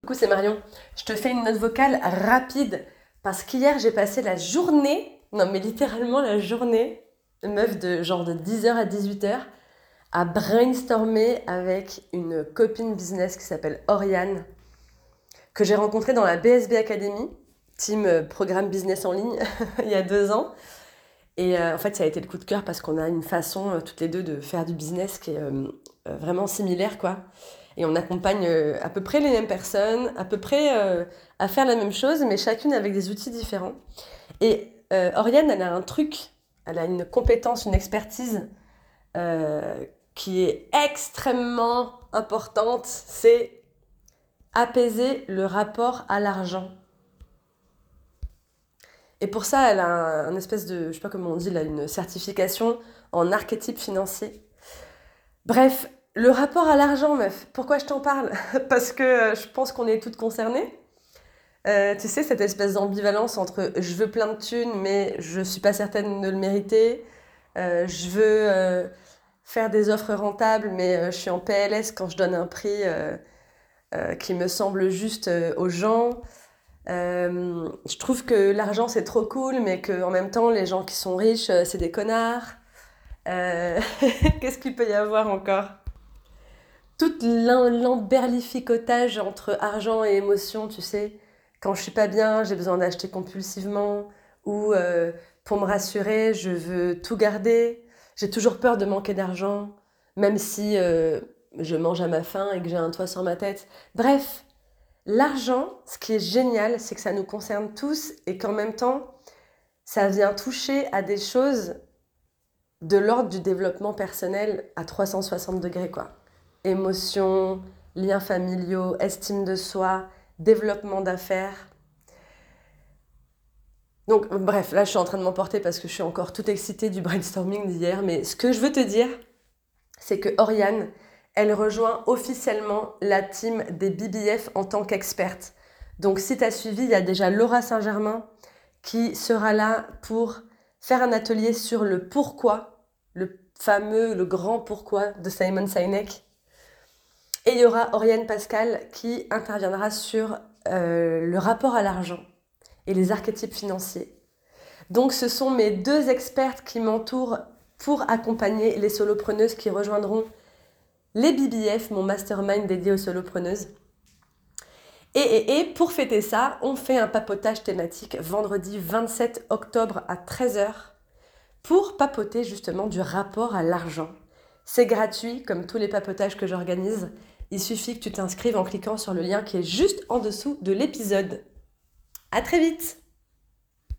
Coucou, c'est Marion. Je te fais une note vocale rapide parce qu'hier j'ai passé la journée, non mais littéralement la journée, meuf de genre de 10h à 18h, à brainstormer avec une copine business qui s'appelle Oriane, que j'ai rencontrée dans la BSB Academy, team programme business en ligne, il y a 2 ans. Et en fait, ça a été le coup de cœur parce qu'on a une façon, toutes les deux, de faire du business qui est vraiment similaire, quoi. Et on accompagne à peu près les mêmes personnes, à peu près à faire la même chose, mais chacune avec des outils différents. Et Oriane, elle a un truc, elle a une compétence, une expertise euh, qui est extrêmement importante, c'est apaiser le rapport à l'argent. Et pour ça, elle a un espèce de, je sais pas comment on dit là, une certification en archétype financier. Bref, le rapport à l'argent, meuf, pourquoi je t'en parle? Parce que je pense qu'on est toutes concernées. Tu sais, cette espèce d'ambivalence entre je veux plein de thunes, mais je suis pas certaine de le mériter. Je veux faire des offres rentables, mais je suis en PLS quand je donne un prix qui me semble juste aux gens. Je trouve que l'argent c'est trop cool, mais qu'en même temps, les gens qui sont riches, c'est des connards. Euh, Qu'est-ce qu'il peut y avoir encore? Tout l'emberlificotage entre argent et émotion, tu sais. Quand je suis pas bien, j'ai besoin d'acheter compulsivement. Ou pour me rassurer, je veux tout garder. J'ai toujours peur de manquer d'argent, même si je mange à ma faim et que j'ai un toit sur ma tête. Bref, l'argent, ce qui est génial, c'est que ça nous concerne tous et qu'en même temps, ça vient toucher à des choses de l'ordre du développement personnel à 360 degrés, quoi. Émotions, liens familiaux, estime de soi, développement d'affaires. Donc, bref, là, je suis en train de m'emporter parce que je suis encore toute excitée du brainstorming d'hier. Mais ce que je veux te dire, c'est que Oriane, elle rejoint officiellement la team des BBF en tant qu'experte. Donc, si tu as suivi, il y a déjà Laura Saint-Germain qui sera là pour faire un atelier sur le pourquoi, le fameux, le grand pourquoi de Simon Sinek. Et il y aura Oriane Pascal qui interviendra sur le rapport à l'argent et les archétypes financiers. Donc ce sont mes deux expertes qui m'entourent pour accompagner les solopreneuses qui rejoindront les BBF, mon mastermind dédié aux solopreneuses. Et pour fêter ça, on fait un papotage thématique vendredi 27 octobre à 13h pour papoter justement du rapport à l'argent. C'est gratuit, comme tous les papotages que j'organise. Il suffit que tu t'inscrives en cliquant sur le lien qui est juste en dessous de l'épisode. À très vite!